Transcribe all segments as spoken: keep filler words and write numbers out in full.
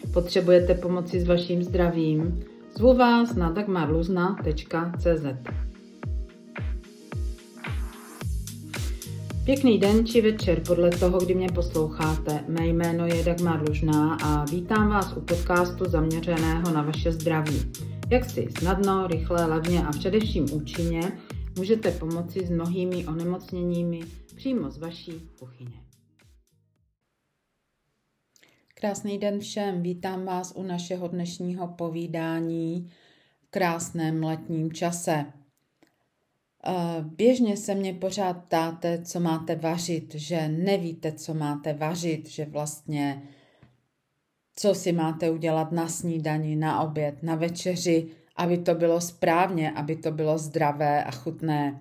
potřebujete pomoci s vaším zdravím, zvu vás na dagmarluzna tečka cé zet. Pěkný den či večer podle toho, kdy mě posloucháte. Mé jméno je Dagmar Lužná a vítám vás u podcastu zaměřeného na vaše zdraví. Jak si snadno, rychle, levně a především účinně můžete pomoci s mnohými onemocněními přímo z vaší kuchyně. Krásný den všem, vítám vás u našeho dnešního povídání v krásném letním čase. Běžně se mě pořád ptáte, co máte vařit, že nevíte, co máte vařit, že vlastně co si máte udělat na snídani, na oběd, na večeři, aby to bylo správně, aby to bylo zdravé a chutné.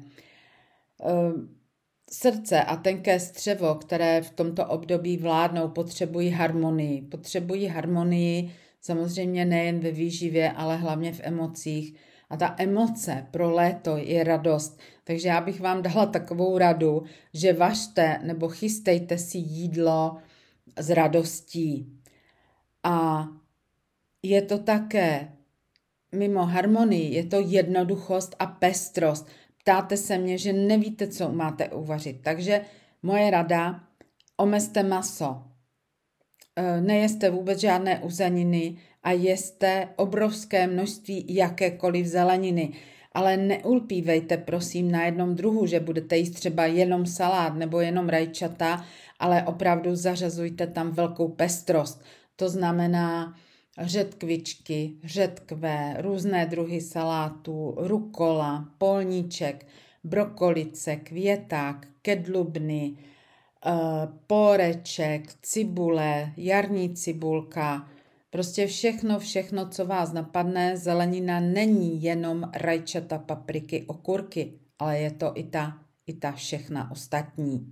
Srdce a tenké střevo, které v tomto období vládnou, potřebují harmonii. Potřebují harmonii samozřejmě nejen ve výživě, ale hlavně v emocích. A ta emoce pro léto je radost. Takže já bych vám dala takovou radu, že vařte nebo chystejte si jídlo s radostí. A je to také mimo harmonii, je to jednoduchost a pestrost. Ptáte se mě, že nevíte, co máte uvařit. Takže moje rada, omezte maso. Nejeste vůbec žádné uzeniny a jeste obrovské množství jakékoliv zeleniny. Ale neulpívejte prosím na jednom druhu, že budete jíst třeba jenom salát nebo jenom rajčata, ale opravdu zařazujte tam velkou pestrost. To znamená řetkvičky, řetkvé, různé druhy salátů, rukola, polníček, brokolice, květák, kedlubny, póreček, cibule, jarní cibulka, prostě všechno, všechno, co vás napadne. Zelenina není jenom rajčata, papriky, okurky, ale je to i ta, i ta všechna ostatní.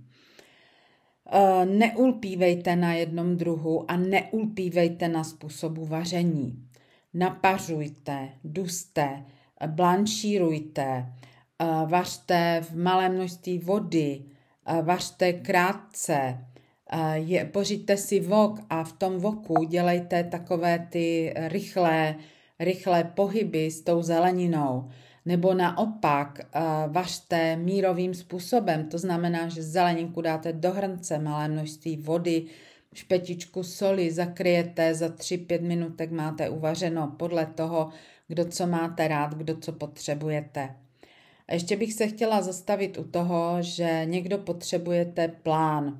Neulpívejte na jednom druhu a neulpívejte na způsobu vaření. Napařujte, duste, blanšírujte, vařte v malém množství vody, vařte krátce, je, pořiďte si wok a v tom voku dělejte takové ty rychlé, rychlé pohyby s tou zeleninou. Nebo naopak vařte mírovým způsobem, to znamená, že zeleninku dáte do hrnce, malé množství vody, špetičku soli, zakryjete, za tři pět minutek máte uvařeno podle toho, kdo co máte rád, kdo co potřebujete. A ještě bych se chtěla zastavit u toho, že někdo potřebujete plán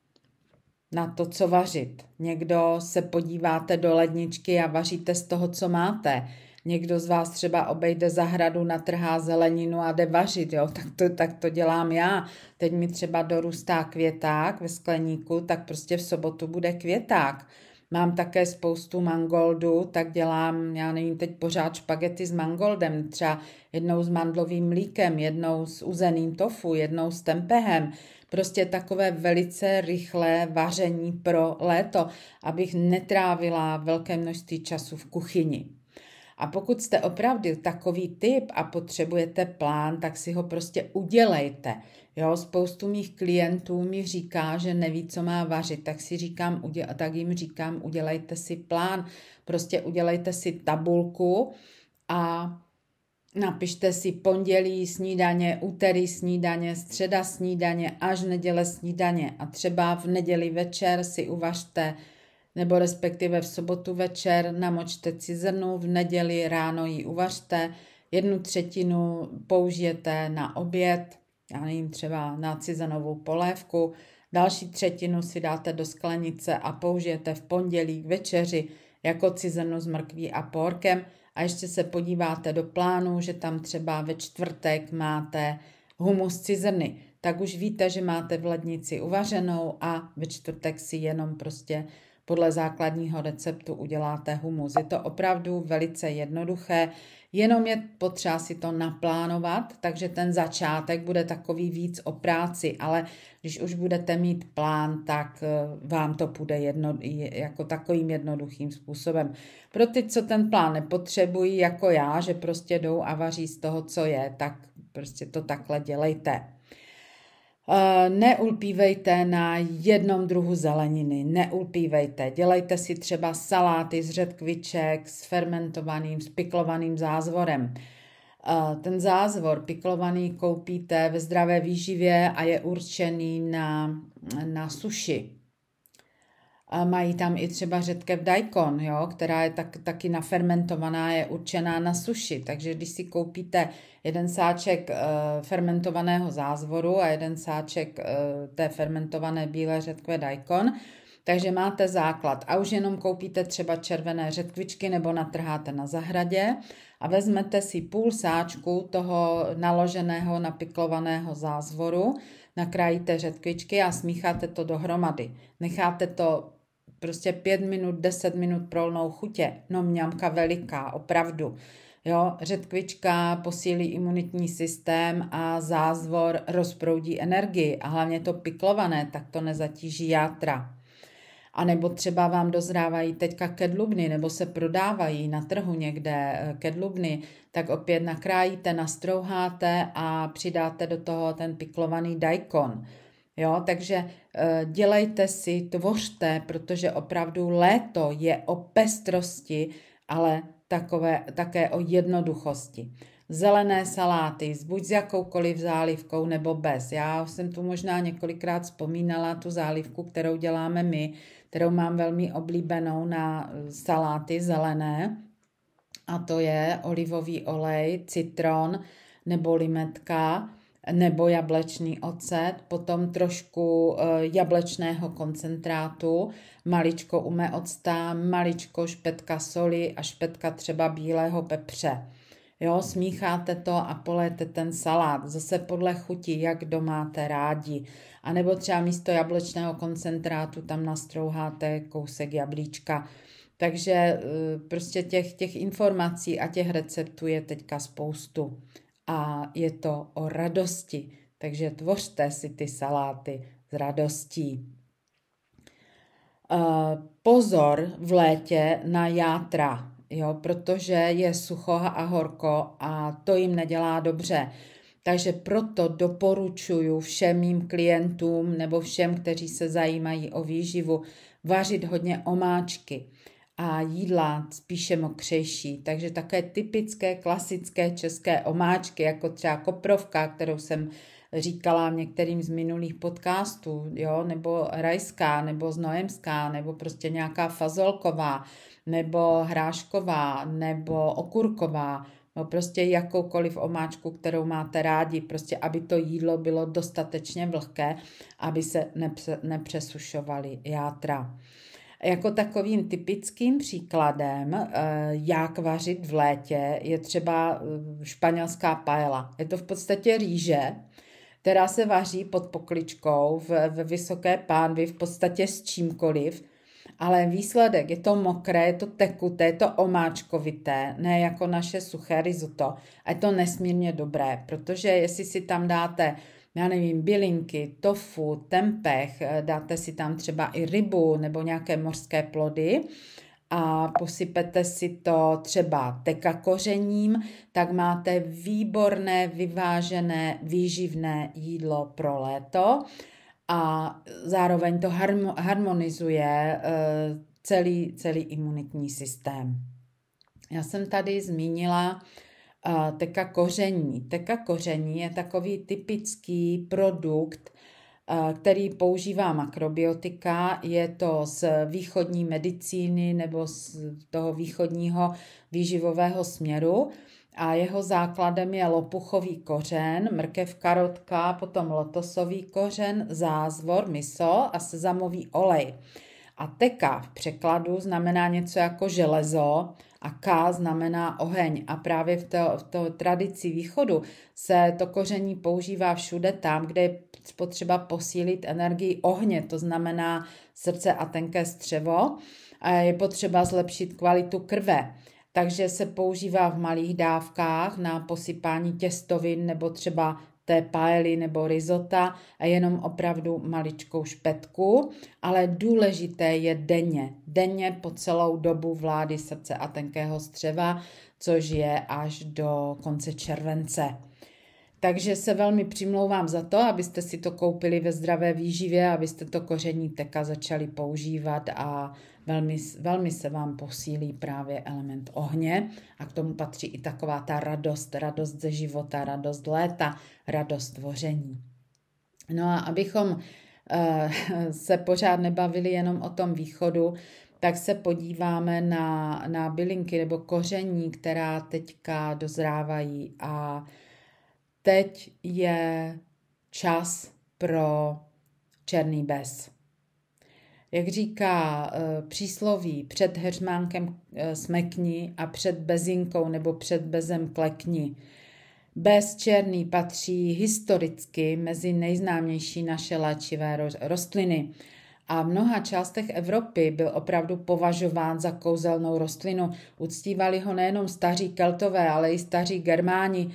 na to, co vařit. Někdo se podíváte do ledničky a vaříte z toho, co máte. Někdo z vás třeba obejde zahradu, natrhá zeleninu a jde vařit, jo? Tak, to, tak to dělám já. Teď mi třeba dorůstá květák ve skleníku, tak prostě v sobotu bude květák. Mám také spoustu mangoldu, tak dělám, já nevím, teď pořád špagety s mangoldem, třeba jednou s mandlovým mlíkem, jednou s uzeným tofu, jednou s tempehem. Prostě takové velice rychlé vaření pro léto, abych netrávila velké množství času v kuchyni. A pokud jste opravdu takový typ a potřebujete plán, tak si ho prostě udělejte. Jo, spoustu mých klientů mi říká, že neví, co má vařit, tak, si říkám, tak jim říkám, udělejte si plán. Prostě udělejte si tabulku a napište si pondělí snídaně, úterý snídaně, středa snídaně, až neděle snídaně. A třeba v neděli večer si uvařte, nebo respektive v sobotu večer namočte cizrnu, v neděli ráno ji uvařte, jednu třetinu použijete na oběd, já nevím, třeba na cizrnovou polévku, další třetinu si dáte do sklenice a použijete v pondělí k večeři jako cizrnu s mrkví a pórkem a ještě se podíváte do plánu, že tam třeba ve čtvrtek máte humus cizrny, tak už víte, že máte v lednici uvařenou a ve čtvrtek si jenom prostě podle základního receptu uděláte humus. Je to opravdu velice jednoduché, jenom je potřeba si to naplánovat, takže ten začátek bude takový víc o práci, ale když už budete mít plán, tak vám to půjde jedno, jako takovým jednoduchým způsobem. Pro ty, co ten plán nepotřebují, jako já, že prostě jdou a vaří z toho, co je, tak prostě to takhle dělejte. Neulpívejte na jednom druhu zeleniny, neulpívejte. Dělejte si třeba saláty z řetkviček s fermentovaným, s piklovaným zázvorem. Ten zázvor piklovaný koupíte ve Zdravé výživě a je určený na, na suši. Mají tam i třeba řetkev daikon, jo, která je tak, taky nafermentovaná, je určená na suši. Takže když si koupíte jeden sáček e, fermentovaného zázvoru a jeden sáček e, té fermentované bílé řetkve daikon, takže máte základ. A už jenom koupíte třeba červené řetkvičky nebo natrháte na zahradě a vezmete si půl sáčku toho naloženého, napiklovaného zázvoru, nakrájíte řetkvičky a smícháte to dohromady. Necháte to prostě pět minut, deset minut prolnou chutě. No mňamka veliká, opravdu. Jo, řetkvička posílí imunitní systém a zázvor rozproudí energii a hlavně to piklované, tak to nezatíží játra. A nebo třeba vám dozrávají teďka kedlubny, nebo se prodávají na trhu někde kedlubny, tak opět nakrájíte, nastrouháte a přidáte do toho ten piklovaný daikon. Jo, takže dělejte si, tvořte, protože opravdu léto je o pestrosti, ale takové, také o jednoduchosti. Zelené saláty, buď s jakoukoliv zálivkou nebo bez. Já jsem tu možná několikrát vzpomínala tu zálivku, kterou děláme my, kterou mám velmi oblíbenou na saláty zelené. A to je olivový olej, citron nebo limetka nebo jablečný ocet, potom trošku jablečného koncentrátu, maličko ume octa, maličko špetka soli a špetka třeba bílého pepře. Jo, smícháte to a poléte ten salát, zase podle chuti, jak kdo máte rádi. A nebo třeba místo jablečného koncentrátu tam nastrouháte kousek jablíčka. Takže prostě těch, těch informací a těch receptů je teďka spoustu. A je to o radosti, takže tvořte si ty saláty s radostí. Pozor v létě na játra, jo, protože je sucho a horko a to jim nedělá dobře. Takže proto doporučuji všem mým klientům nebo všem, kteří se zajímají o výživu, vařit hodně omáčky a jídla spíše mokřejší. Takže také typické klasické české omáčky, jako třeba koprovka, kterou jsem říkala v některým z minulých podcastů, jo, nebo rajská, nebo znojemská, nebo prostě nějaká fazolková, nebo hrášková, nebo okurková, no prostě jakoukoliv omáčku, kterou máte rádi, prostě aby to jídlo bylo dostatečně vlhké, aby se nepře- nepřesušovaly játra. Jako takovým typickým příkladem, jak vařit v létě, je třeba španělská paella. Je to v podstatě rýže, která se vaří pod pokličkou ve vysoké pánvi, v podstatě s čímkoliv, ale výsledek je to mokré, je to tekuté, je to omáčkovité, ne jako naše suché risotto. A je to nesmírně dobré, protože jestli si tam dáte, já nevím, bylinky, tofu, tempeh, dáte si tam třeba i rybu nebo nějaké mořské plody a posypete si to třeba teka kořením, tak máte výborné, vyvážené, výživné jídlo pro léto a zároveň to harmonizuje celý, celý imunitní systém. Já jsem tady zmínila teka koření. Teka koření je takový typický produkt, který používá makrobiotika. Je to z východní medicíny nebo z toho východního výživového směru a jeho základem je lopuchový kořen, mrkev, karotka, potom lotosový kořen, zázvor, miso a sezamový olej. A teka v překladu znamená něco jako železo a K znamená oheň. A právě v té v to tradici východu se to koření používá všude tam, kde je potřeba posílit energii ohně, to znamená srdce a tenké střevo. A je potřeba zlepšit kvalitu krve. Takže se používá v malých dávkách na posypání těstovin nebo třeba té paely nebo risota a jenom opravdu maličkou špetku, ale důležité je denně, denně po celou dobu vlády srdce a tenkého střeva, což je až do konce července. Takže se velmi přimlouvám za to, abyste si to koupili ve zdravé výživě, abyste to koření teka začali používat a velmi, velmi se vám posílí právě element ohně a k tomu patří i taková ta radost, radost ze života, radost léta, radost tvoření. No a abychom uh, se pořád nebavili jenom o tom východu, tak se podíváme na, na bylinky nebo koření, která teďka dozrávají a teď je čas pro černý bez. Jak říká e, přísloví, před heřmánkem e, smekni a před bezinkou nebo před bezem klekni. Bez černý patří historicky mezi nejznámější naše léčivé rostliny. A v mnoha částech Evropy byl opravdu považován za kouzelnou rostlinu. Uctívali ho nejenom staří Keltové, ale i staří Germáni.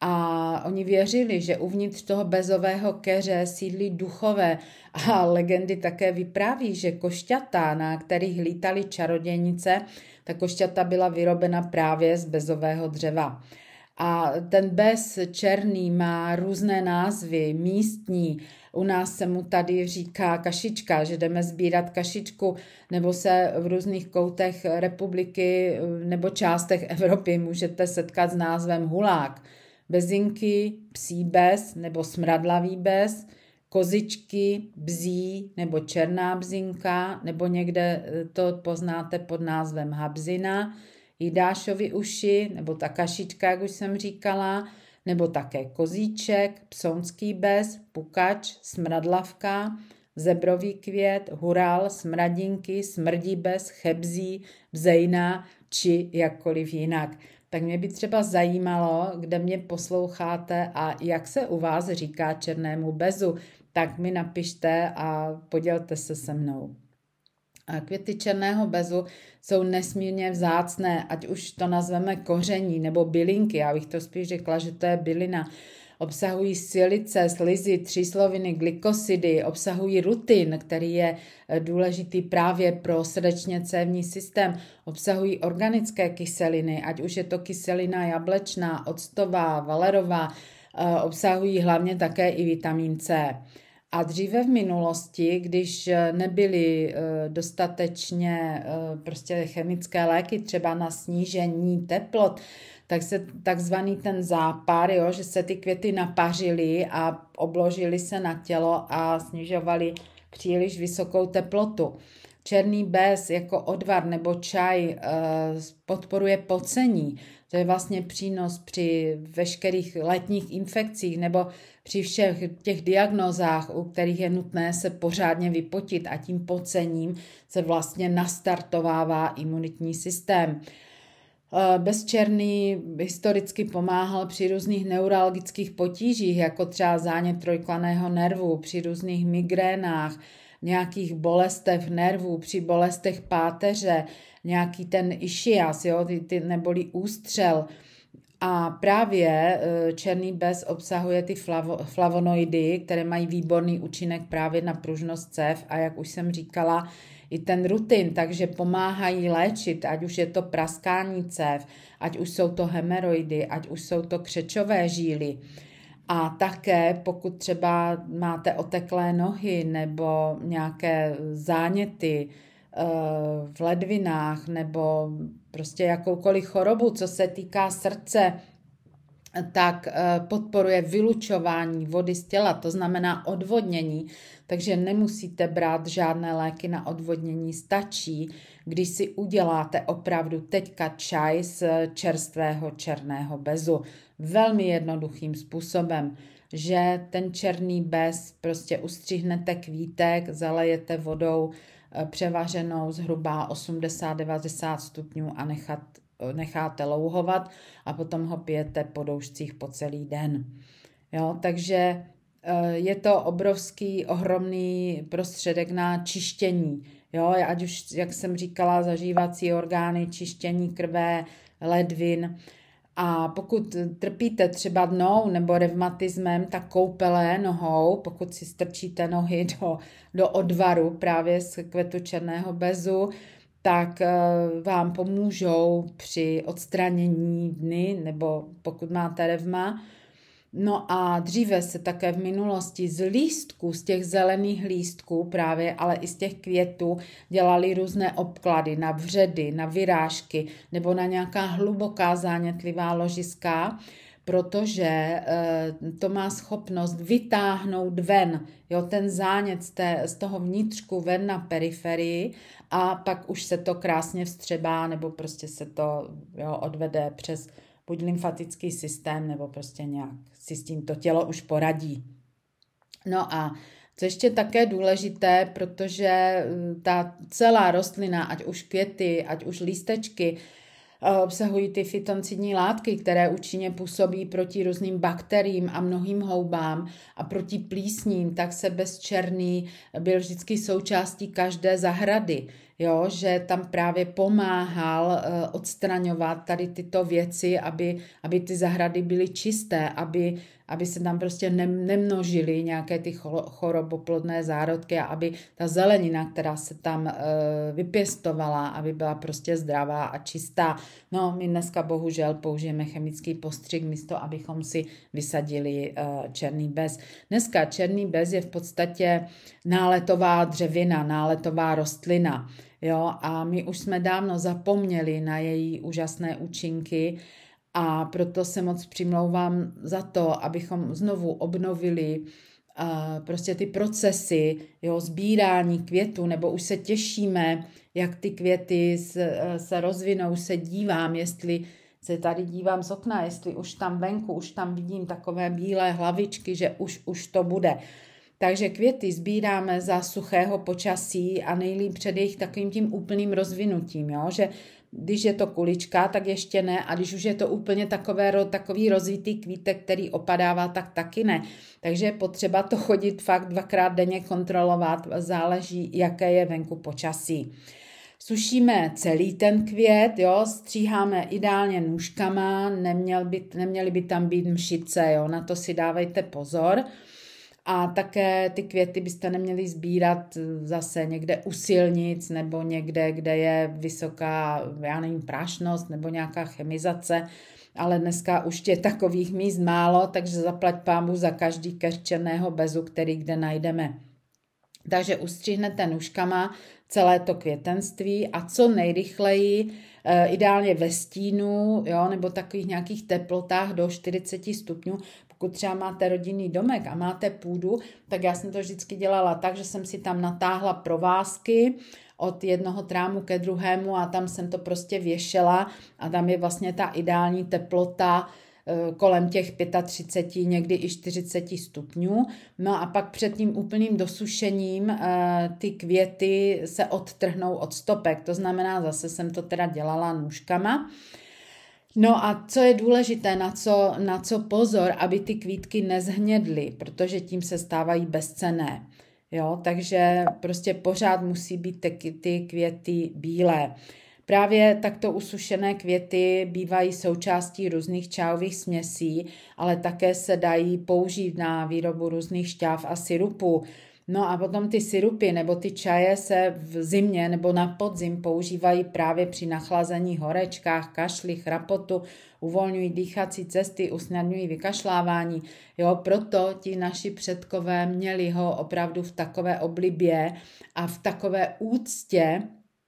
A oni věřili, že uvnitř toho bezového keře sídlí duchové a legendy také vypráví, že košťata, na kterých lítaly čarodějnice, ta košťata byla vyrobena právě z bezového dřeva. A ten bez černý má různé názvy, místní. U nás se mu tady říká kašička, že jdeme sbírat kašičku, nebo se v různých koutech republiky nebo částech Evropy můžete setkat s názvem hulák. Bezinky, psí bez nebo smradlavý bez, kozičky, bzí nebo černá bzinka, nebo někde to poznáte pod názvem habzina, Jidášovi uši, nebo ta kašička, jak už jsem říkala, nebo také kozíček, psounský bez, pukač, smradlavka, zebrový květ, hural, smradinky, smrdí bez, chebzí, bzejna, či jakkoliv jinak. Tak mě by třeba zajímalo, kde mě posloucháte a jak se u vás říká černému bezu, tak mi napište a podělte se se mnou. A květy černého bezu jsou nesmírně vzácné, ať už to nazveme koření nebo bylinky, já bych to spíš řekla, že to je bylina. Obsahují silice, slizy, třísloviny, glykosidy, obsahují rutin, který je důležitý právě pro srdečně cévní systém, obsahují organické kyseliny, ať už je to kyselina jablečná, octová, valerová, obsahují hlavně také i vitamin C. A dříve v minulosti, když nebyly dostatečně prostě chemické léky třeba na snížení teplot, tak se takzvaný ten zápar, jo, že se ty květy napařily a obložily se na tělo a snižovaly příliš vysokou teplotu. Černý bez jako odvar nebo čaj podporuje pocení. To je vlastně přínos při veškerých letních infekcích nebo při všech těch diagnózách, u kterých je nutné se pořádně vypotit a tím pocením se vlastně nastartovává imunitní systém. Bezčerný historicky pomáhal při různých neuralgických potížích, jako třeba zánět trojklaného nervu, při různých migrénách, nějakých bolestech nervů, při bolestech páteře, nějaký ten ischias, jo, ty, ty neboli ústřel. A právě černý bez obsahuje ty flavo, flavonoidy, které mají výborný účinek právě na pružnost cév a jak už jsem říkala, i ten rutin, takže pomáhají léčit, ať už je to praskání cév, ať už jsou to hemeroidy, ať už jsou to křečové žíly. A také pokud třeba máte oteklé nohy nebo nějaké záněty v ledvinách nebo prostě jakoukoliv chorobu, co se týká srdce, tak podporuje vylučování vody z těla, to znamená odvodnění, takže nemusíte brát žádné léky na odvodnění, stačí, když si uděláte opravdu teďka čaj z čerstvého černého bezu. Velmi jednoduchým způsobem, že ten černý bez prostě ustřihnete kvítek, zalejete vodou převařenou zhruba osmdesát devadesát stupňů a nechat necháte louhovat a potom ho pijete po doušcích po celý den. Jo, takže je to obrovský, ohromný prostředek na čištění. Jo, ať už, jak jsem říkala, zažívací orgány, čištění krve, ledvin. A pokud trpíte třeba dnou nebo revmatismem, tak koupele nohou, pokud si strčíte nohy do, do odvaru právě z květu černého bezu, tak vám pomůžou při odstranění dny, nebo pokud máte revma. No a dříve se také v minulosti z lístků, z těch zelených lístků právě, ale i z těch květů dělali různé obklady na vředy, na vyrážky nebo na nějaká hluboká zánětlivá ložiska, protože to má schopnost vytáhnout ven, jo, ten zánět z, té, z toho vnitřku ven na periferii a pak už se to krásně vstřebá nebo prostě se to, jo, odvede přes buď lymfatický systém, nebo prostě nějak si s tím to tělo už poradí. No a co ještě také důležité, protože ta celá rostlina, ať už květy, ať už lístečky, obsahují ty fytoncidní látky, které účinně působí proti různým bakteriím a mnohým houbám a proti plísním, tak se bezčerný byl vždycky součástí každé zahrady, jo, že tam právě pomáhal uh, odstraňovat tady tyto věci, aby, aby ty zahrady byly čisté, aby, aby se tam prostě ne, nemnožily nějaké ty choroboplodné zárodky a aby ta zelenina, která se tam uh, vypěstovala, aby byla prostě zdravá a čistá. No, my dneska bohužel použijeme chemický postřik místo, abychom si vysadili uh, černý bez. Dneska černý bez je v podstatě náletová dřevina, náletová rostlina. Jo, a my už jsme dávno zapomněli na její úžasné účinky a proto se moc přimlouvám za to, abychom znovu obnovili uh, prostě ty procesy, jo, sbírání květů, nebo už se těšíme, jak ty květy se, se rozvinou, se dívám, jestli se tady dívám z okna, jestli už tam venku, už tam vidím takové bílé hlavičky, že už, už to bude. Takže květy sbíráme za suchého počasí a nejlíp před jejich takovým tím úplným rozvinutím, jo? Že když je to kulička, tak ještě ne a když už je to úplně takové, takový rozvitý kvítek, který opadává, tak taky ne. Takže je potřeba to chodit fakt dvakrát denně kontrolovat, záleží, jaké je venku počasí. Sušíme celý ten květ, jo, stříháme ideálně nůžkama, neměl by, neměly by tam být mšice, jo, na to si dávejte pozor. A také ty květy byste neměli sbírat zase někde u silnic nebo někde, kde je vysoká, já nevím, prášnost nebo nějaká chemizace, ale dneska už je takových míst málo, takže zaplať pánbůh za každý keř černého bezu, který kde najdeme. Takže ustřihnete nůžkama celé to květenství a co nejrychleji, ideálně ve stínu, jo, nebo takových nějakých teplotách do čtyřicet stupňů. Pokud třeba máte rodinný domek a máte půdu, tak já jsem to vždycky dělala tak, že jsem si tam natáhla provázky od jednoho trámu ke druhému a tam jsem to prostě věšela a tam je vlastně ta ideální teplota kolem těch třicet pět, někdy i čtyřicet stupňů. No a pak před tím úplným dosušením ty květy se odtrhnou od stopek, to znamená, zase jsem to teda dělala nůžkama. No a co je důležité, na co, na co pozor, aby ty kvítky nezhnědly, protože tím se stávají bezcenné. Jo, takže prostě pořád musí být ty, ty květy bílé. Právě takto usušené květy bývají součástí různých čajových směsí, ale také se dají použít na výrobu různých šťáv a syrupů. No a potom ty syrupy nebo ty čaje se v zimě nebo na podzim používají právě při nachlazení horečkách, kašli, chrapotu, uvolňují dýchací cesty, usnadňují vykašlávání. Jo, proto ti naši předkové měli ho opravdu v takové oblibě a v takové úctě,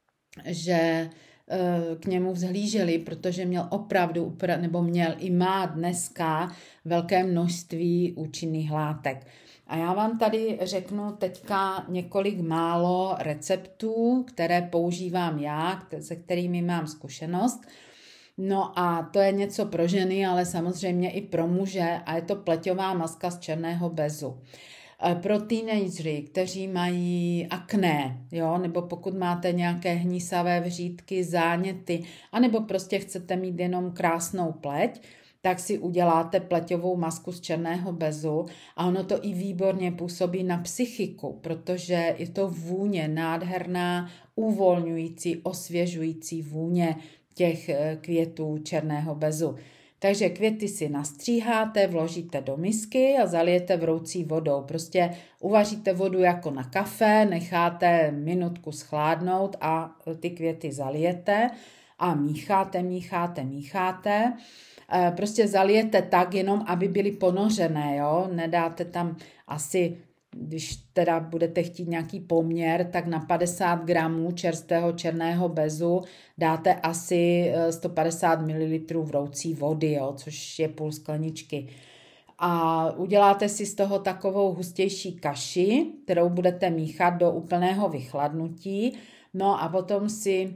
že k němu vzhlíželi, protože měl opravdu, nebo měl i má dneska velké množství účinných látek. A já vám tady řeknu teďka několik málo receptů, které používám já, se kterými mám zkušenost. No a to je něco pro ženy, ale samozřejmě i pro muže a je to pleťová maska z černého bezu. Pro teenagery, kteří mají akné, jo, nebo pokud máte nějaké hnisavé vřídky, záněty, anebo prostě chcete mít jenom krásnou pleť, tak si uděláte pleťovou masku z černého bezu a ono to i výborně působí na psychiku, protože je to vůně nádherná, uvolňující, osvěžující vůně těch květů černého bezu. Takže květy si nastříháte, vložíte do misky a zalijete vroucí vodou. Prostě uvaříte vodu jako na kafe, necháte minutku schladnout a ty květy zalijete a mícháte, mícháte, mícháte. Prostě zalijete tak jenom, aby byly ponořené, jo? Nedáte tam asi, když teda budete chtít nějaký poměr, tak na padesát gramů čerstvého černého bezu dáte asi sto padesát mililitrů vroucí vody, jo? Což je půl skleničky. A uděláte si z toho takovou hustější kaši, kterou budete míchat do úplného vychladnutí. No a potom si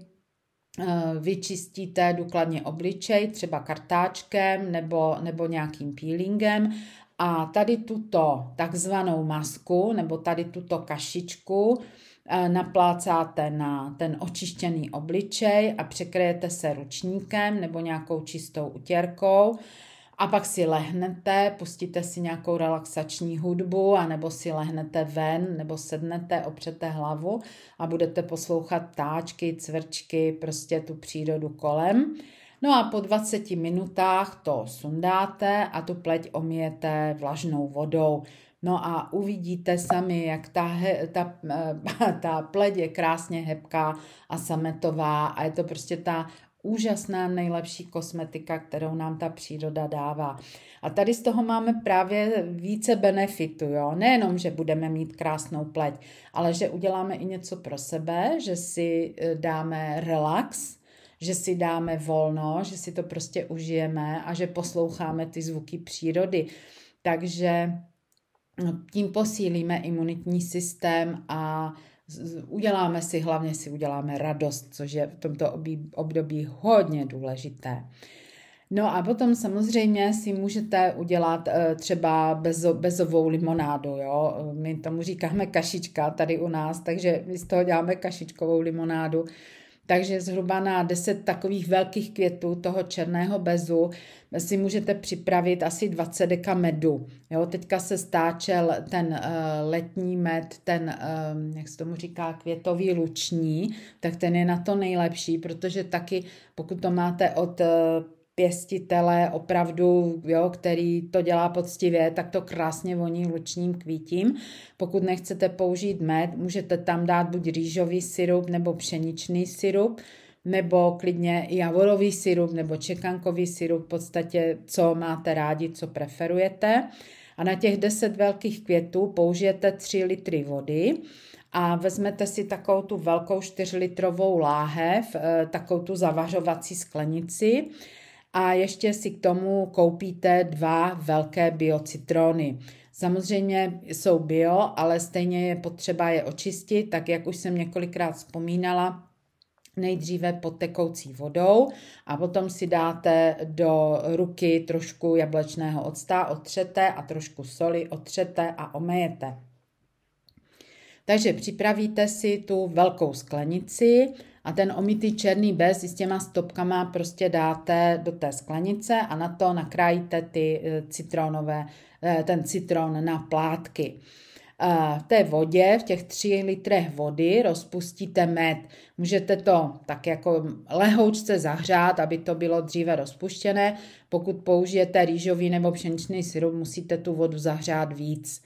vyčistíte důkladně obličej, třeba kartáčkem nebo, nebo nějakým peelingem a tady tuto takzvanou masku nebo tady tuto kašičku naplácáte na ten očištěný obličej a překryjete se ručníkem nebo nějakou čistou utěrkou a pak si lehnete, pustíte si nějakou relaxační hudbu a nebo si lehnete ven nebo sednete, opřete hlavu a budete poslouchat ptáčky, cvrčky, prostě tu přírodu kolem. No a po dvaceti minutách to sundáte a tu pleť omijete vlažnou vodou. No a uvidíte sami, jak ta, ta, ta pleť je krásně hebká a sametová a je to prostě ta úžasná, nejlepší kosmetika, kterou nám ta příroda dává. A tady z toho máme právě více benefitu, jo? Nejenom, že budeme mít krásnou pleť, ale že uděláme i něco pro sebe, že si dáme relax, že si dáme volno, že si to prostě užijeme a že posloucháme ty zvuky přírody. Takže tím posílíme imunitní systém a uděláme si, hlavně si uděláme radost, což je v tomto období hodně důležité. No a potom samozřejmě si můžete udělat třeba bezo, bezovou limonádu, jo? My tomu říkáme kašička tady u nás, takže my z toho děláme kašičkovou limonádu. Takže zhruba na deset takových velkých květů toho černého bezu si můžete připravit asi dvacet deka medu. Jo, teďka se stáčel ten uh, letní med, ten, uh, jak se tomu říká, květový luční, tak ten je na to nejlepší, protože taky, pokud to máte od uh, pěstitele opravdu, jo, který to dělá poctivě, tak to krásně voní lučním kvítím. Pokud nechcete použít med, můžete tam dát buď rýžový syrup nebo pšeničný syrup, nebo klidně javorový syrup nebo čekankový syrup, v podstatě co máte rádi, co preferujete. A na těch deset velkých květů použijete tři litry vody a vezmete si takovou tu velkou čtyřlitrovou láhev, takovou tu zavařovací sklenici, a ještě si k tomu koupíte dva velké biocitrony. Samozřejmě jsou bio, ale stejně je potřeba je očistit, tak jak už jsem několikrát vzpomínala, nejdříve pod tekoucí vodou a potom si dáte do ruky trošku jablečného octa, otřete a trošku soli, otřete a omejete. Takže připravíte si tu velkou sklenici a ten omytý černý bez s těma stopkama prostě dáte do té sklenice a na to nakrájíte ty citronové, ten citron na plátky. V té vodě, v těch tři litrech vody rozpustíte med. Můžete to tak jako lehoučce zahřát, aby to bylo dříve rozpuštěné. Pokud použijete rýžový nebo pšeničný syrup, musíte tu vodu zahřát víc.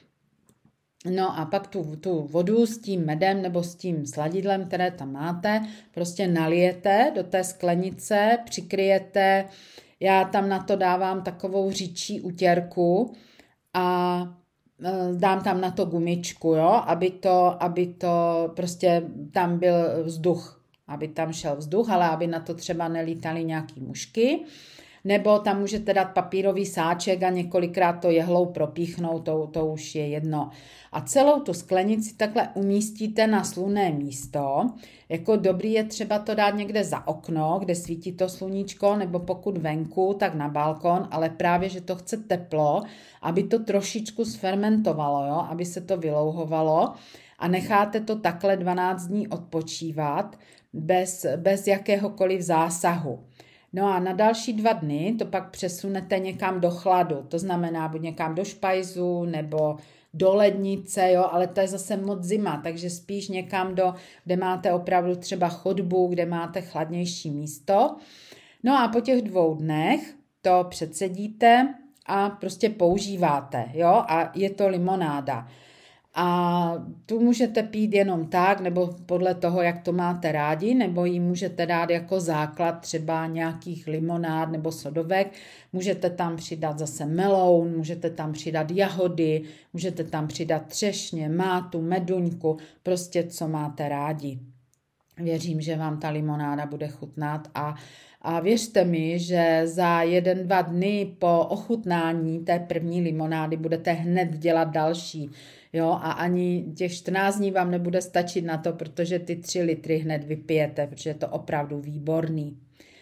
No a pak tu, tu vodu s tím medem nebo s tím sladidlem, které tam máte, prostě nalijete do té sklenice, přikryjete. Já tam na to dávám takovou říčí utěrku a dám tam na to gumičku, jo, aby to, aby to prostě tam byl vzduch, aby tam šel vzduch, ale aby na to třeba nelítaly nějaký mušky. Nebo tam můžete dát papírový sáček a několikrát to jehlou propíchnout, to, to už je jedno. A celou tu sklenici takhle umístíte na slunné místo. Jako dobrý je třeba to dát někde za okno, kde svítí to sluníčko, nebo pokud venku, tak na balkon, ale právě, že to chce teplo, aby to trošičku sfermentovalo, jo? Aby se to vylouhovalo a necháte to takhle dvanáct dní odpočívat bez, bez jakéhokoliv zásahu. No a na další dva dny to pak přesunete někam do chladu, to znamená buď někam do špajzu nebo do lednice, jo, ale to je zase moc zima, takže spíš někam, do, kde máte opravdu třeba chodbu, kde máte chladnější místo. No a po těch dvou dnech to předsedíte a prostě používáte, jo, a je to limonáda. A tu můžete pít jenom tak, nebo podle toho, jak to máte rádi, nebo ji můžete dát jako základ třeba nějakých limonád nebo sodovek. Můžete tam přidat zase meloun, můžete tam přidat jahody, můžete tam přidat třešně, mátu, meduňku, prostě co máte rádi. Věřím, že vám ta limonáda bude chutnat a A věřte mi, že za jeden, dva dny po ochutnání té první limonády budete hned dělat další. Jo? A ani těch čtrnáct dní vám nebude stačit na to, protože ty tři litry hned vypijete, protože je to opravdu výborný.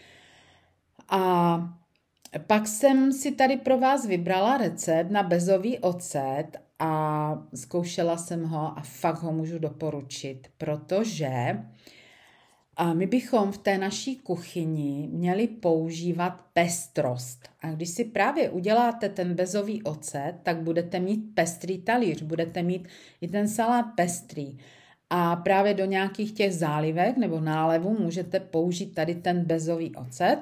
A pak jsem si tady pro vás vybrala recept na bezový ocet a zkoušela jsem ho a fakt ho můžu doporučit, protože a my bychom v té naší kuchyni měli používat pestrost. A když si právě uděláte ten bezový ocet, tak budete mít pestrý talíř, budete mít i ten salát pestrý. A právě do nějakých těch zálivek nebo nálevů můžete použít tady ten bezový ocet.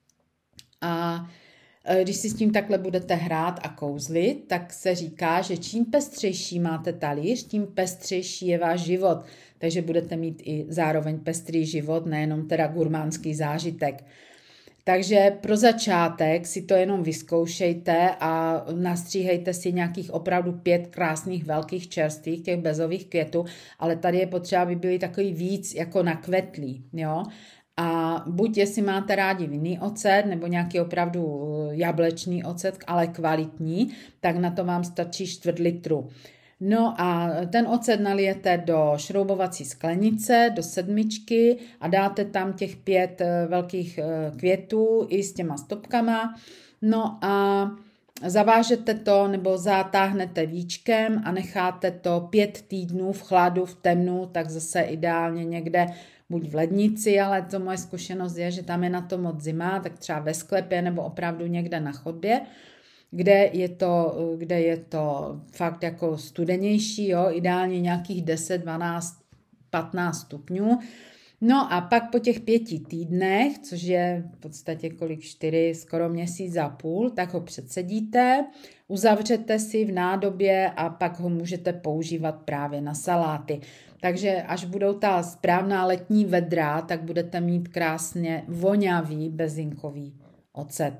A když si s tím takhle budete hrát a kouzlit, tak se říká, že čím pestřejší máte talíř, tím pestřejší je váš život. Takže budete mít i zároveň pestrý život, nejenom teda gurmánský zážitek. Takže pro začátek si to jenom vyzkoušejte a nastříhejte si nějakých opravdu pět krásných velkých čerstvých těch bezových květů, ale tady je potřeba, aby byly takový víc jako nakvetlí, jo. A buď jestli máte rádi vinný ocet nebo nějaký opravdu jablečný ocet, ale kvalitní, tak na to vám stačí čtvrt litru. No a ten ocet nalijete do šroubovací sklenice, do sedmičky a dáte tam těch pět velkých květů i s těma stopkama. No a zavážete to nebo zatáhnete víčkem a necháte to pět týdnů v chladu, v temnu, tak zase ideálně někde buď v lednici, ale to moje zkušenost je, že tam je na to moc zima, tak třeba ve sklepě nebo opravdu někde na chodbě, kde je to, kde je to fakt jako studenější, jo, ideálně nějakých deset, dvanáct, patnáct stupňů. No a pak po těch pěti týdnech, což je v podstatě kolik čtyři, skoro měsíc a půl, tak ho předsedíte, uzavřete si v nádobě a pak ho můžete používat právě na saláty. Takže až budou ta správná letní vedra, tak budete mít krásně voňavý bezinkový ocet.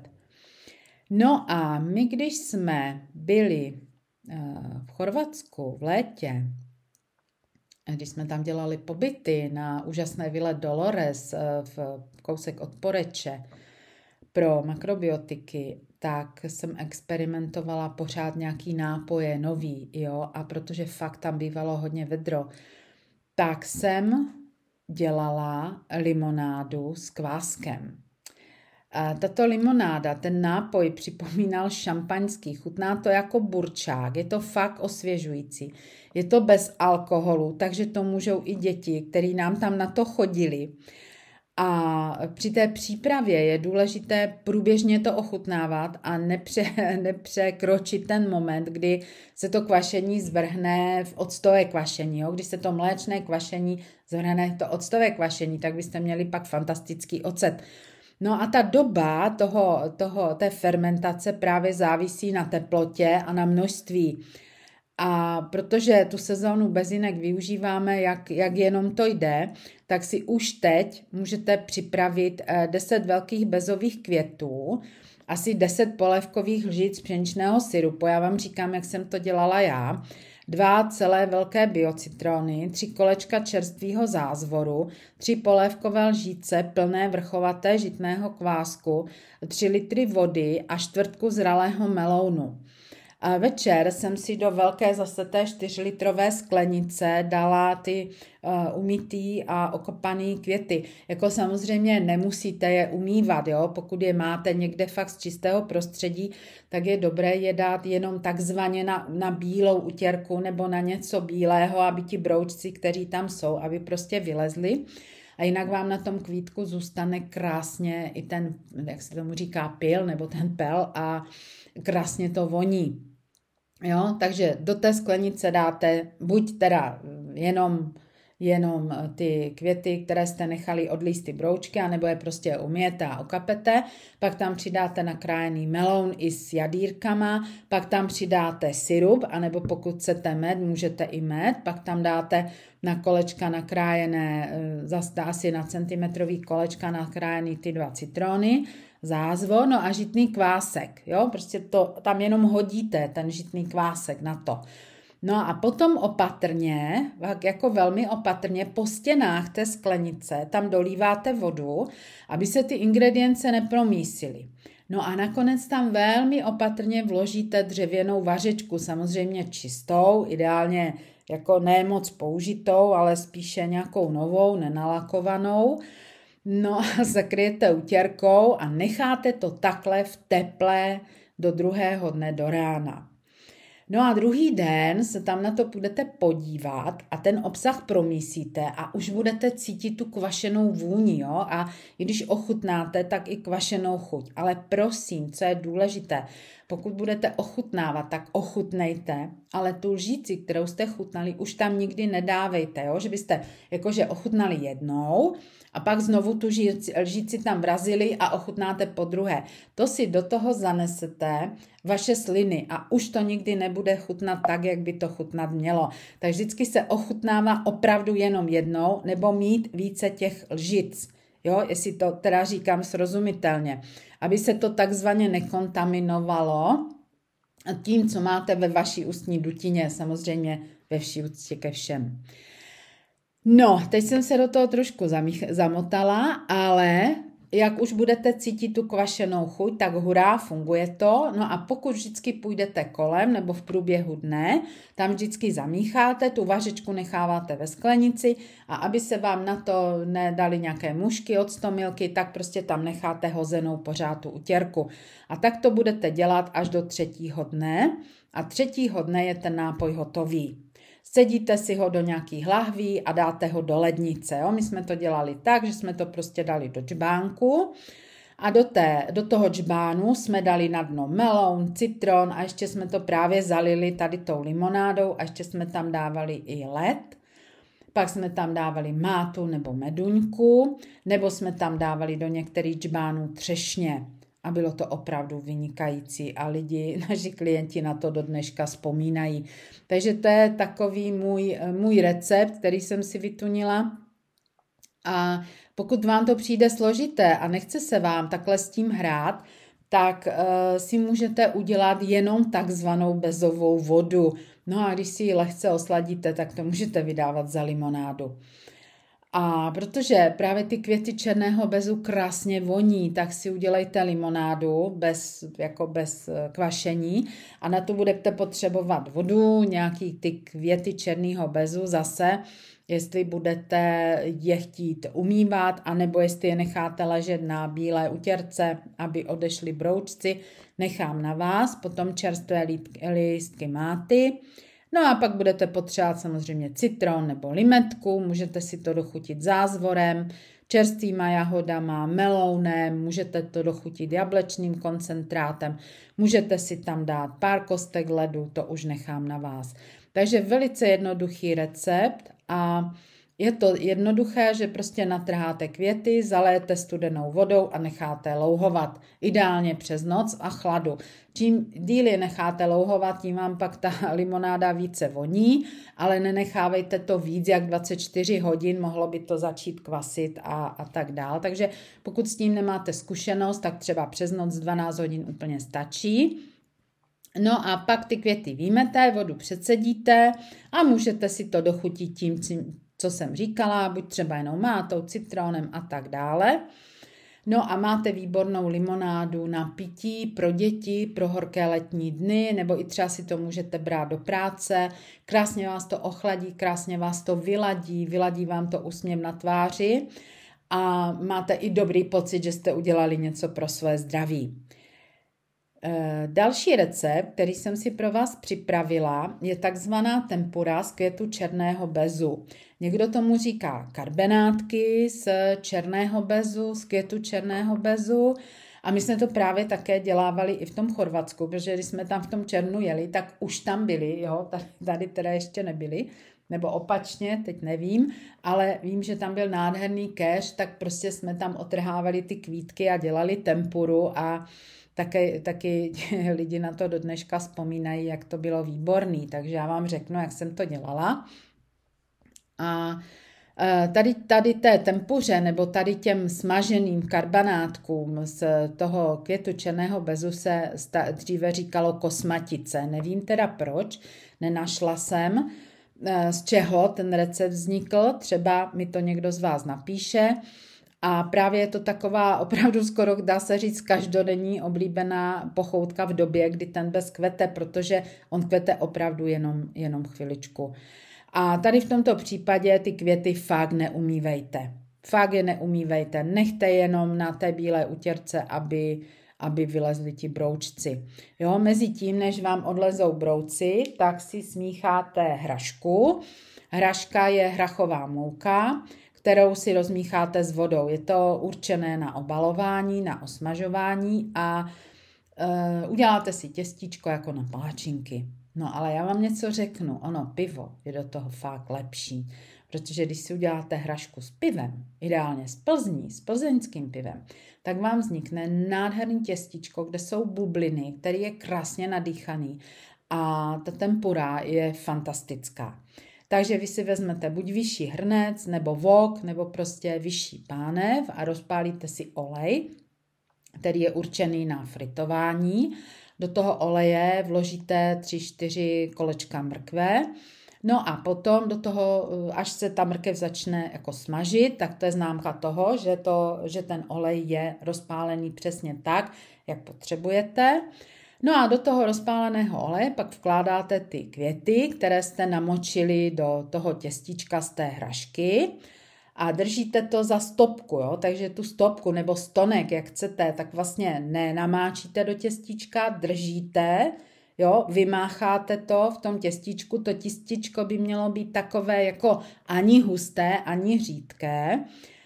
No a my, když jsme byli v Chorvatsku v létě, když jsme tam dělali pobyty na úžasné vile Dolores v kousek od Poreče pro makrobiotiky, tak jsem experimentovala pořád nějaký nápoje nový, jo, a protože fakt tam bývalo hodně vedro, tak jsem dělala limonádu s kváskem. A tato limonáda, ten nápoj připomínal šampaňský, chutná to jako burčák, je to fakt osvěžující. Je to bez alkoholu, takže to můžou i děti, který nám tam na to chodili. A při té přípravě je důležité průběžně to ochutnávat a nepře, nepřekročit ten moment, kdy se to kvašení zvrhne v octové kvašení. Jo? Když se to mléčné kvašení zvrhne to octové kvašení, tak byste měli pak fantastický ocet. No a ta doba toho, toho, té fermentace právě závisí na teplotě a na množství. A protože tu sezónu bezinek využíváme, jak, jak jenom to jde, tak si už teď můžete připravit deset velkých bezových květů, asi deset polévkových lžic pšeničného syrupu, já vám říkám, jak jsem to dělala já, dva celé velké biocitrony, tři kolečka čerstvého zázvoru, tři polévkové lžíce plné vrchovaté žitného kvásku, tři litry vody a čtvrtku zralého melounu. A večer jsem si do velké zase té čtyřlitrové sklenice dala ty uh, umytý a okopaný květy. Jako samozřejmě nemusíte je umývat, jo? Pokud je máte někde fakt z čistého prostředí, tak je dobré je dát jenom takzvaně na, na bílou utěrku nebo na něco bílého, aby ti broučci, kteří tam jsou, aby prostě vylezli. A jinak vám na tom kvítku zůstane krásně i ten, jak se tomu říká, pil nebo ten pel a krásně to voní. Jo, takže do té sklenice dáte buď teda jenom, jenom ty květy, které jste nechali odlíst ty broučky, anebo je prostě umyjete a okapete, pak tam přidáte nakrájený meloun i s jadýrkama, pak tam přidáte syrup, anebo pokud chcete med, můžete i med, pak tam dáte na kolečka nakrájené, zase asi na centimetrový kolečka nakrájený ty dva citrony, zázvo, no a žitný kvásek, jo, prostě to tam jenom hodíte, ten žitný kvásek na to. No a potom opatrně, jako velmi opatrně po stěnách té sklenice tam dolíváte vodu, aby se ty ingredience nepromísily. No a nakonec tam velmi opatrně vložíte dřevěnou vařečku, samozřejmě čistou, ideálně jako ne moc použitou, ale spíše nějakou novou, nenalakovanou. No a zakryjete utěrkou a necháte to takhle v teple do druhého dne do rána. No a druhý den se tam na to budete podívat a ten obsah promísíte a už budete cítit tu kvašenou vůni, jo? A i když ochutnáte, tak i kvašenou chuť. Ale prosím, co je důležité, pokud budete ochutnávat, tak ochutnejte, ale tu lžíci, kterou jste chutnali, už tam nikdy nedávejte, jo? Že byste jakože ochutnali jednou a pak znovu tu lžíci tam vrazili a ochutnáte po druhé. To si do toho zanesete vaše sliny a už to nikdy nebude chutnat tak, jak by to chutnat mělo. Takže vždycky se ochutnává opravdu jenom jednou nebo mít více těch lžic. Jo, jestli to teda říkám srozumitelně, aby se to takzvaně nekontaminovalo tím, co máte ve vaší ústní dutině, samozřejmě ve vší úctě ke všem. No, teď jsem se do toho trošku zamích, zamotala, ale jak už budete cítit tu kvašenou chuť, tak hurá, funguje to. No a pokud vždycky půjdete kolem nebo v průběhu dne, tam vždycky zamícháte, tu vařečku necháváte ve sklenici a aby se vám na to nedali nějaké mušky, octomilky, tak prostě tam necháte hozenou pořád tu utěrku. A tak to budete dělat až do třetího dne a třetího dne je ten nápoj hotový. Scedíte si ho do nějakých lahví a dáte ho do lednice. Jo? My jsme to dělali tak, že jsme to prostě dali do džbánku a do, té, do toho džbánu jsme dali na dno meloun, citron a ještě jsme to právě zalili tady tou limonádou a ještě jsme tam dávali i led. Pak jsme tam dávali mátu nebo meduňku, nebo jsme tam dávali do některých džbánů třešně. A bylo to opravdu vynikající a lidi, naši klienti na to do dneška vzpomínají. Takže to je takový můj, můj recept, který jsem si vytunila. A pokud vám to přijde složité a nechce se vám takhle s tím hrát, tak uh, si můžete udělat jenom takzvanou bezovou vodu. No a když si ji lehce osladíte, tak to můžete vydávat za limonádu. A protože právě ty květy černého bezu krásně voní, tak si udělejte limonádu bez, jako bez kvašení a na to budete potřebovat vodu, nějaký ty květy černého bezu zase, jestli budete je chtít umývat, anebo jestli je necháte ležet na bílé utěrce, aby odešly broučci, nechám na vás, potom čerstvé lístky máty. No a pak budete potřebovat samozřejmě citron nebo limetku, můžete si to dochutit zázvorem, čerstvýma jahodama, melounem, můžete to dochutit jablečným koncentrátem, můžete si tam dát pár kostek ledu, to už nechám na vás. Takže velice jednoduchý recept a je to jednoduché, že prostě natrháte květy, zaléjete studenou vodou a necháte louhovat. Ideálně přes noc a chladu. Čím díl je necháte louhovat, tím vám pak ta limonáda více voní, ale nenechávejte to víc jak dvacet čtyři hodin, mohlo by to začít kvasit a, a tak dál. Takže pokud s tím nemáte zkušenost, tak třeba přes noc dvanáct hodin úplně stačí. No a pak ty květy vyjmete, vodu předsedíte a můžete si to dochutit tím, co jsem říkala, buď třeba jenom mátou, citronem a tak dále. No a máte výbornou limonádu na pití pro děti, pro horké letní dny, nebo i třeba si to můžete brát do práce. Krásně vás to ochladí, krásně vás to vyladí, vyladí vám to úsměv na tváři a máte i dobrý pocit, že jste udělali něco pro své zdraví. Další recept, který jsem si pro vás připravila, je takzvaná tempura z květu černého bezu. Někdo tomu říká karbenátky z černého bezu, z květu černého bezu. A my jsme to právě také dělávali i v tom Chorvatsku, protože když jsme tam v tom červnu jeli, tak už tam byli, jo, tady, tady teda ještě nebyli, nebo opačně, teď nevím, ale vím, že tam byl nádherný kéř, tak prostě jsme tam otrhávali ty kvítky a dělali tempuru a taky, taky lidi na to do dneška vzpomínají, jak to bylo výborný, takže já vám řeknu, jak jsem to dělala. A Tady, tady té tempuře nebo tady těm smaženým karbanátkům z toho květu černého bezu se dříve říkalo kosmatice. Nevím teda proč, nenašla jsem, z čeho ten recept vznikl, třeba mi to někdo z vás napíše. A právě je to taková opravdu skoro, dá se říct, každodenní oblíbená pochoutka v době, kdy ten bez kvete, protože on kvete opravdu jenom, jenom chviličku. A tady v tomto případě ty květy fakt neumývejte. Fakt je neumývejte. Nechte jenom na té bílé utěrce, aby, aby vylezli ti broučci. Jo, mezi tím, než vám odlezou brouci, tak si smícháte hrašku. Hraška je hrachová mouka, kterou si rozmícháte s vodou. Je to určené na obalování, na osmažování a e, uděláte si těstíčko jako na palačinky. No ale já vám něco řeknu, ono pivo je do toho fakt lepší, protože když si uděláte hrašku s pivem, ideálně s Plzní, s plzeňským pivem, tak vám vznikne nádherný těstíčko, kde jsou bubliny, který je krásně nadýchaný a ta tempura je fantastická. Takže vy si vezmete buď vyšší hrnec, nebo vok, nebo prostě vyšší pánev a rozpálíte si olej, který je určený na fritování. Do toho oleje vložíte tři čtyři kolečka mrkve, no a potom do toho, až se ta mrkev začne jako smažit, tak to je známka toho, že, to, že ten olej je rozpálený přesně tak, jak potřebujete. No a do toho rozpáleného oleje pak vkládáte ty květy, které jste namočili do toho těstíčka z té hrašky a držíte to za stopku, jo? Takže tu stopku nebo stonek, jak chcete, tak vlastně nenamáčíte do těstíčka, držíte, jo? Vymácháte to v tom těstíčku, to těstíčko by mělo být takové jako ani husté, ani řídké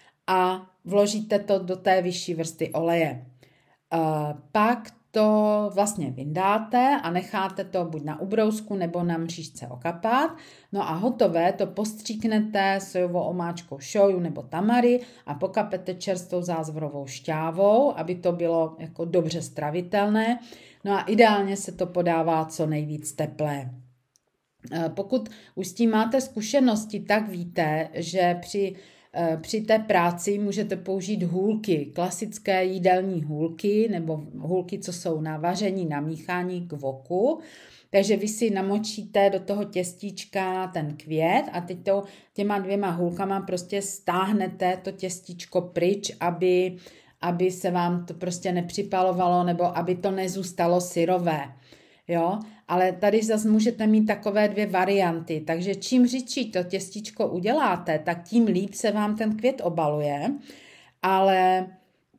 a vložíte to do té vyšší vrsty oleje. Uh, pak to vlastně vyndáte a necháte to buď na ubrousku nebo na mřížce okapat. No a hotové to postříknete sojovou omáčkou shoyu nebo tamary a pokapete čerstvou zázvorovou šťávou, aby to bylo jako dobře stravitelné. No a ideálně se to podává co nejvíc teplé. Pokud už s tím máte zkušenosti, tak víte, že při Při té práci můžete použít hůlky, klasické jídelní hůlky nebo hůlky, co jsou na vaření, na míchání k voku. Takže vy si namočíte do toho těstíčka ten květ a teď to, těma dvěma hůlkama prostě stáhnete to těstíčko pryč, aby, aby se vám to prostě nepřipalovalo nebo aby to nezůstalo syrové. Jo, ale tady zase můžete mít takové dvě varianty, takže čím řidší to těstíčko uděláte, tak tím líp se vám ten květ obaluje, ale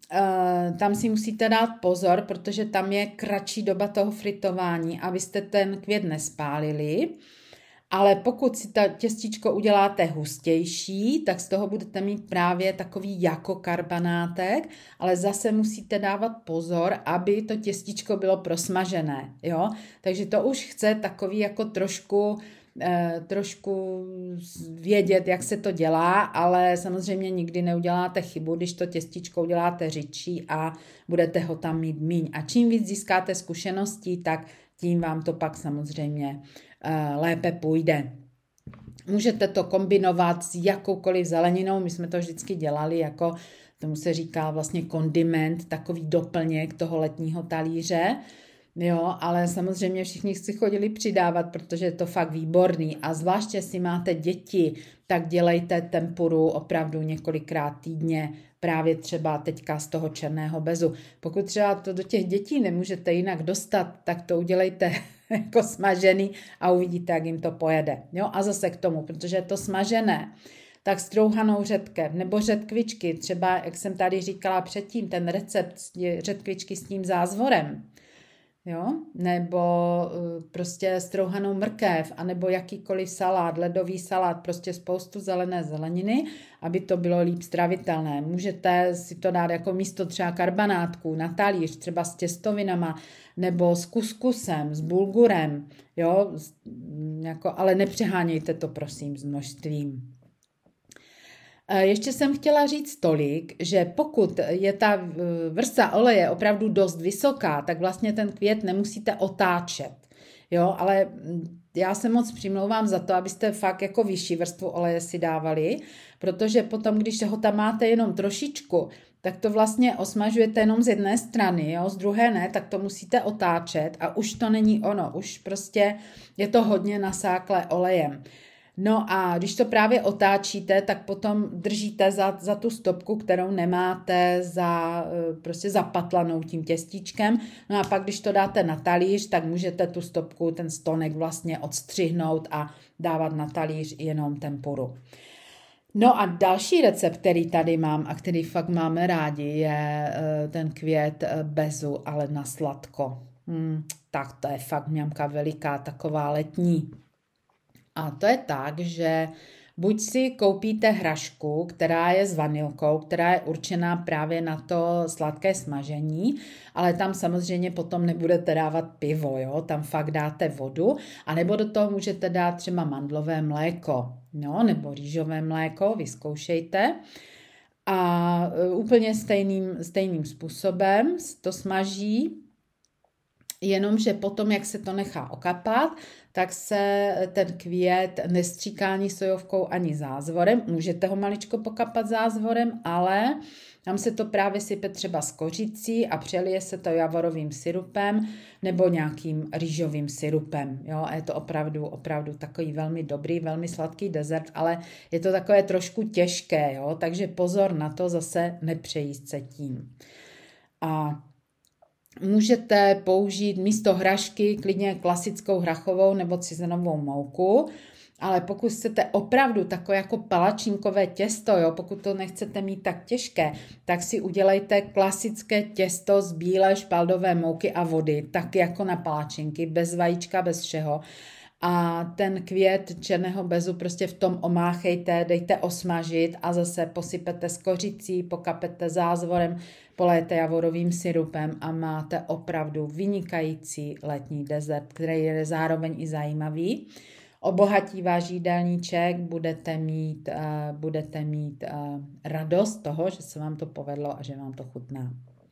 e, tam si musíte dát pozor, protože tam je kratší doba toho fritování, abyste ten květ nespálili, ale pokud si to těstíčko uděláte hustější, tak z toho budete mít právě takový jako karbanátek, ale zase musíte dávat pozor, aby to těstíčko bylo prosmažené, jo? Takže to už chce takový jako trošku, eh, trošku vědět, jak se to dělá, ale samozřejmě nikdy neuděláte chybu, když to těstíčko uděláte řidší a budete ho tam mít míň. A čím víc získáte zkušeností, tak tím vám to pak samozřejmě lépe půjde. Můžete to kombinovat s jakoukoliv zeleninou, my jsme to vždycky dělali jako, tomu se říká vlastně kondiment, takový doplněk toho letního talíře, jo, ale samozřejmě všichni si chodili přidávat, protože je to fakt výborný a zvláště si máte děti, tak dělejte tempuru opravdu několikrát týdně, právě třeba teďka z toho černého bezu. Pokud třeba to do těch dětí nemůžete jinak dostat, tak to udělejte jako smažený a uvidíte, jak jim to pojede. Jo? A zase k tomu, protože je to smažené, tak strouhanou řetkev nebo řetkvičky, třeba, jak jsem tady říkala předtím, ten recept řetkvičky s tím zázvorem, jo, nebo prostě strouhanou mrkev, anebo jakýkoliv salát, ledový salát, prostě spoustu zelené zeleniny, aby to bylo líp stravitelné. Můžete si to dát jako místo třeba karbanátků na talíř, třeba s těstovinama, nebo s kuskusem, s bulgurem, jo, jako, ale nepřehánějte to prosím s množstvím. Ještě jsem chtěla říct tolik, že pokud je ta vrstva oleje opravdu dost vysoká, tak vlastně ten květ nemusíte otáčet. Jo, ale já se moc přimlouvám za to, abyste fakt jako vyšší vrstvu oleje si dávali, protože potom, když ho tam máte jenom trošičku, tak to vlastně osmažujete jenom z jedné strany, jo, z druhé ne, tak to musíte otáčet a už to není ono, už prostě je to hodně nasáklé olejem. No a když to právě otáčíte, tak potom držíte za, za tu stopku, kterou nemáte za, prostě zapatlanou tím těstíčkem. No a pak, když to dáte na talíř, tak můžete tu stopku, ten stonek vlastně odstřihnout a dávat na talíř jenom tempuru. No a další recept, který tady mám a který fakt máme rádi, je ten květ bezu, ale na sladko. Hmm, tak to je fakt mňamka veliká, taková letní. A to je tak, že buď si koupíte hrašku, která je s vanilkou, která je určená právě na to sladké smažení, ale tam samozřejmě potom nebudete dávat pivo, jo? Tam fakt dáte vodu, anebo do toho můžete dát třeba mandlové mléko, no, nebo rýžové mléko, vyzkoušejte. A úplně stejným, stejným způsobem to smaží, jenomže potom, jak se to nechá okapat, tak se ten květ nestříká ani sojovkou, ani zázvorem. Můžete ho maličko pokapat zázvorem, ale tam se to právě sype třeba s kořicí a přelije se to javorovým syrupem nebo nějakým rýžovým syrupem. Jo? A je to opravdu, opravdu takový velmi dobrý, velmi sladký dezert, ale je to takové trošku těžké, jo? Takže pozor na to, zase nepřejíst se tím. A můžete použít místo hrašky klidně klasickou hrachovou nebo cizinovou mouku, ale pokud chcete opravdu takové jako palačinkové těsto, jo, pokud to nechcete mít tak těžké, tak si udělejte klasické těsto z bílé špaldové mouky a vody, tak jako na palačinky, bez vajíčka, bez všeho. A ten květ černého bezu prostě v tom omáchejte, dejte osmažit a zase posypete s kořicí, pokapete zázvorem, polejte javorovým syrupem a máte opravdu vynikající letní dezert, který je zároveň i zajímavý. Obohatí váš jídelníček, budete mít, uh, budete mít uh, radost toho, že se vám to povedlo a že vám to chutná.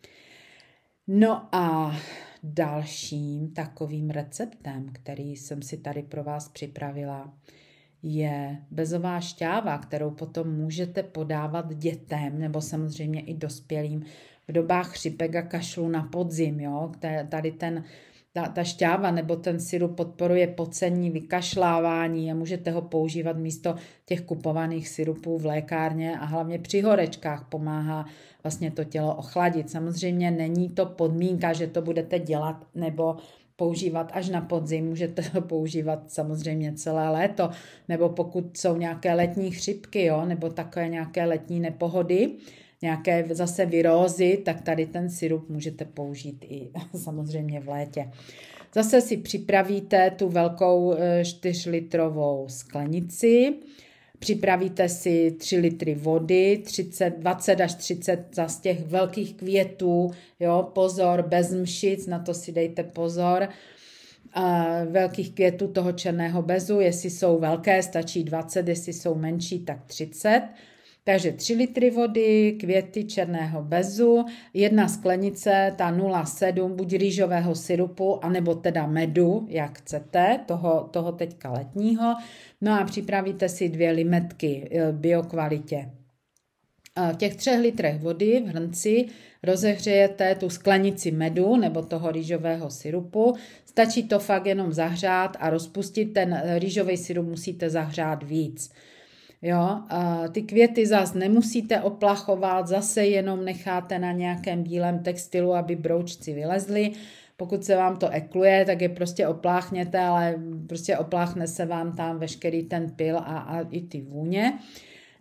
No a dalším takovým receptem, který jsem si tady pro vás připravila, je bezová šťáva, kterou potom můžete podávat dětem nebo samozřejmě i dospělým v dobách chřipek a kašlu na podzim. Jo? Tady ten, ta, ta šťáva nebo ten syrup podporuje pocení, vykašlávání a můžete ho používat místo těch kupovaných syrupů v lékárně a hlavně při horečkách pomáhá vlastně to tělo ochladit. Samozřejmě není to podmínka, že to budete dělat nebo používat až na podzim, můžete to používat samozřejmě celé léto, nebo pokud jsou nějaké letní chřipky, jo, nebo takové nějaké letní nepohody, nějaké zase virózy, tak tady ten syrup můžete použít i samozřejmě v létě. Zase si připravíte tu velkou čtyřlitrovou sklenici, připravíte si tři litry vody, třicet, dvacet až třicet z těch velkých květů, jo, pozor, bez mšic, na to si dejte pozor, uh, velkých květů toho černého bezu, jestli jsou velké, stačí dvacet, jestli jsou menší, tak třicet. Takže tři litry vody, květy černého bezu, jedna sklenice, ta nula celá sedm, buď rýžového syrupu, anebo teda medu, jak chcete, toho, toho teďka letního. No a připravíte si dvě limetky biokvalitě. V těch třech litrech vody v hrnci rozehřejete tu sklenici medu nebo toho rýžového syrupu. Stačí to fakt jenom zahřát a rozpustit. Ten rýžový syrup musíte zahřát víc. Jo, ty květy zase nemusíte oplachovat, zase jenom necháte na nějakém bílém textilu, aby broučci vylezly. Pokud se vám to ekluje, tak je prostě opláchněte, ale prostě opláchne se vám tam veškerý ten pyl a, a i ty vůně.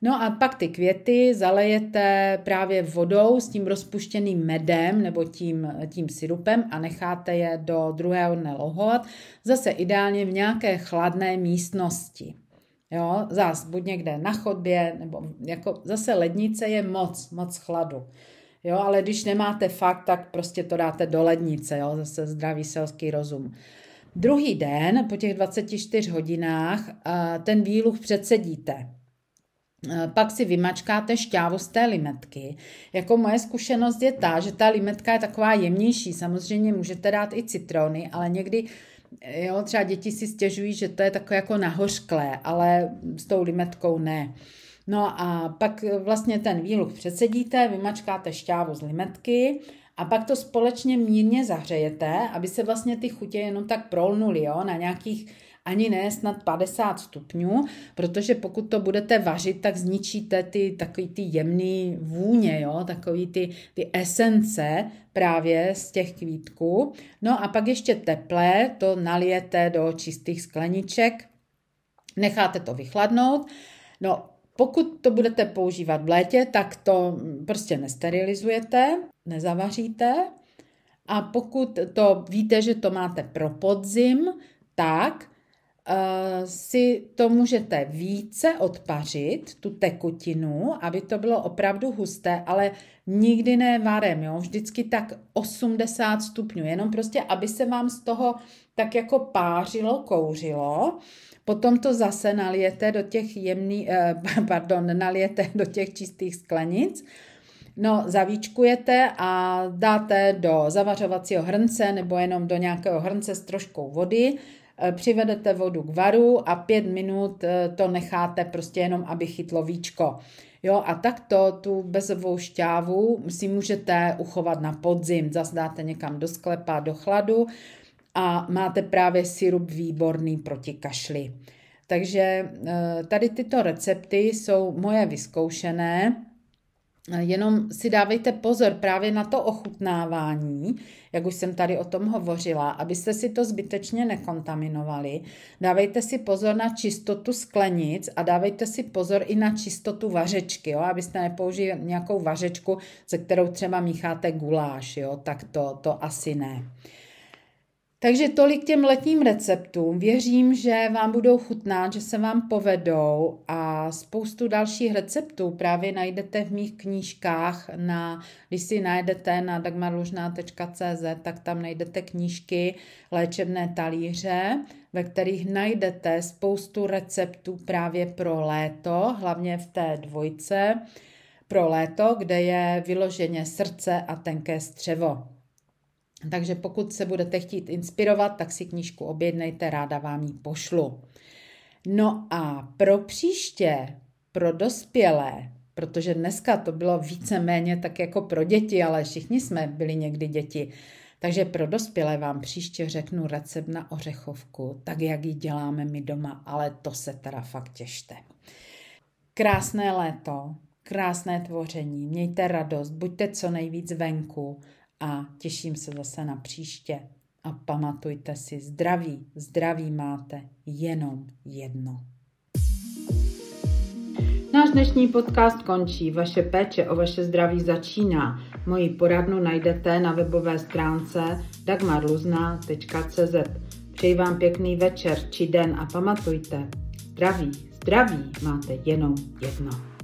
No a pak ty květy zalejete právě vodou s tím rozpuštěným medem nebo tím, tím syrupem a necháte je do druhého dne lohovat. Zase ideálně v nějaké chladné místnosti. Jo, zás buď někde na chodbě, nebo jako zase lednice je moc, moc chladu. Jo, ale když nemáte fakt, tak prostě to dáte do lednice, jo, zase zdravý selský rozum. Druhý den, po těch dvaceti čtyřech hodinách, ten výluch předsedíte. Pak si vymačkáte šťávu z té limetky. Jako moje zkušenost je ta, že ta limetka je taková jemnější. Samozřejmě můžete dát i citrony, ale někdy, jo, třeba děti si stěžují, že to je takové jako nahořklé, ale s tou limetkou ne. No a pak vlastně ten výluch předsedíte, vymačkáte šťávu z limetky a pak to společně mírně zahřejete, aby se vlastně ty chutě jenom tak prolnuly, jo, na nějakých ani ne snad padesát stupňů, protože pokud to budete vařit, tak zničíte ty takový ty jemný vůně, jo, takový ty, ty esence právě z těch kvítků. No a pak ještě teplé to nalijete do čistých skleniček, necháte to vychladnout. No, pokud to budete používat v létě, tak to prostě nesterilizujete, nezavaříte. A pokud to víte, že to máte pro podzim, tak Uh, si to můžete více odpařit, tu tekutinu, aby to bylo opravdu husté, ale nikdy ne varem, jo? Vždycky tak osmdesát stupňů, jenom prostě, aby se vám z toho tak jako pářilo, kouřilo. Potom to zase nalijete do těch jemný, uh, pardon, nalijete do těch čistých sklenic. No, zavíčkujete a dáte do zavařovacího hrnce nebo jenom do nějakého hrnce s troškou vody. Přivedete vodu k varu a pět minut to necháte prostě jenom, aby chytlo víčko. Jo, a takto tu bezovou šťávu si můžete uchovat na podzim. Zase dáte někam do sklepa, do chladu a máte právě sirup výborný proti kašli. Takže tady tyto recepty jsou moje vyzkoušené. Jenom si dávejte pozor právě na to ochutnávání, jak už jsem tady o tom hovořila, abyste si to zbytečně nekontaminovali. Dávejte si pozor na čistotu sklenic a dávejte si pozor i na čistotu vařečky, jo? Abyste nepoužili nějakou vařečku, se kterou třeba mícháte guláš, jo? Tak to, to asi ne. Takže tolik těm letním receptům. Věřím, že vám budou chutnat, že se vám povedou a spoustu dalších receptů právě najdete v mých knížkách. Na, když si najdete na dagmarlužná tečka cé zet, tak tam najdete knížky Léčebné talíře, ve kterých najdete spoustu receptů právě pro léto, hlavně v té dvojce pro léto, kde je vyloženě srdce a tenké střevo. Takže pokud se budete chtít inspirovat, tak si knížku objednejte, ráda vám ji pošlu. No a pro příště, pro dospělé, protože dneska to bylo víceméně tak jako pro děti, ale všichni jsme byli někdy děti, takže pro dospělé vám příště řeknu recept na ořechovku, tak jak ji děláme my doma, ale to se teda fakt těšte. Krásné léto, krásné tvoření, mějte radost, buďte co nejvíc venku, a těším se zase na příště. A pamatujte si, zdraví, zdraví máte jenom jedno. Náš dnešní podcast končí. Vaše péče o vaše zdraví začíná. Moji poradnu najdete na webové stránce dagmarluzna tečka cé zet. Přeji vám pěkný večer či den a pamatujte, zdraví, zdraví máte jenom jedno.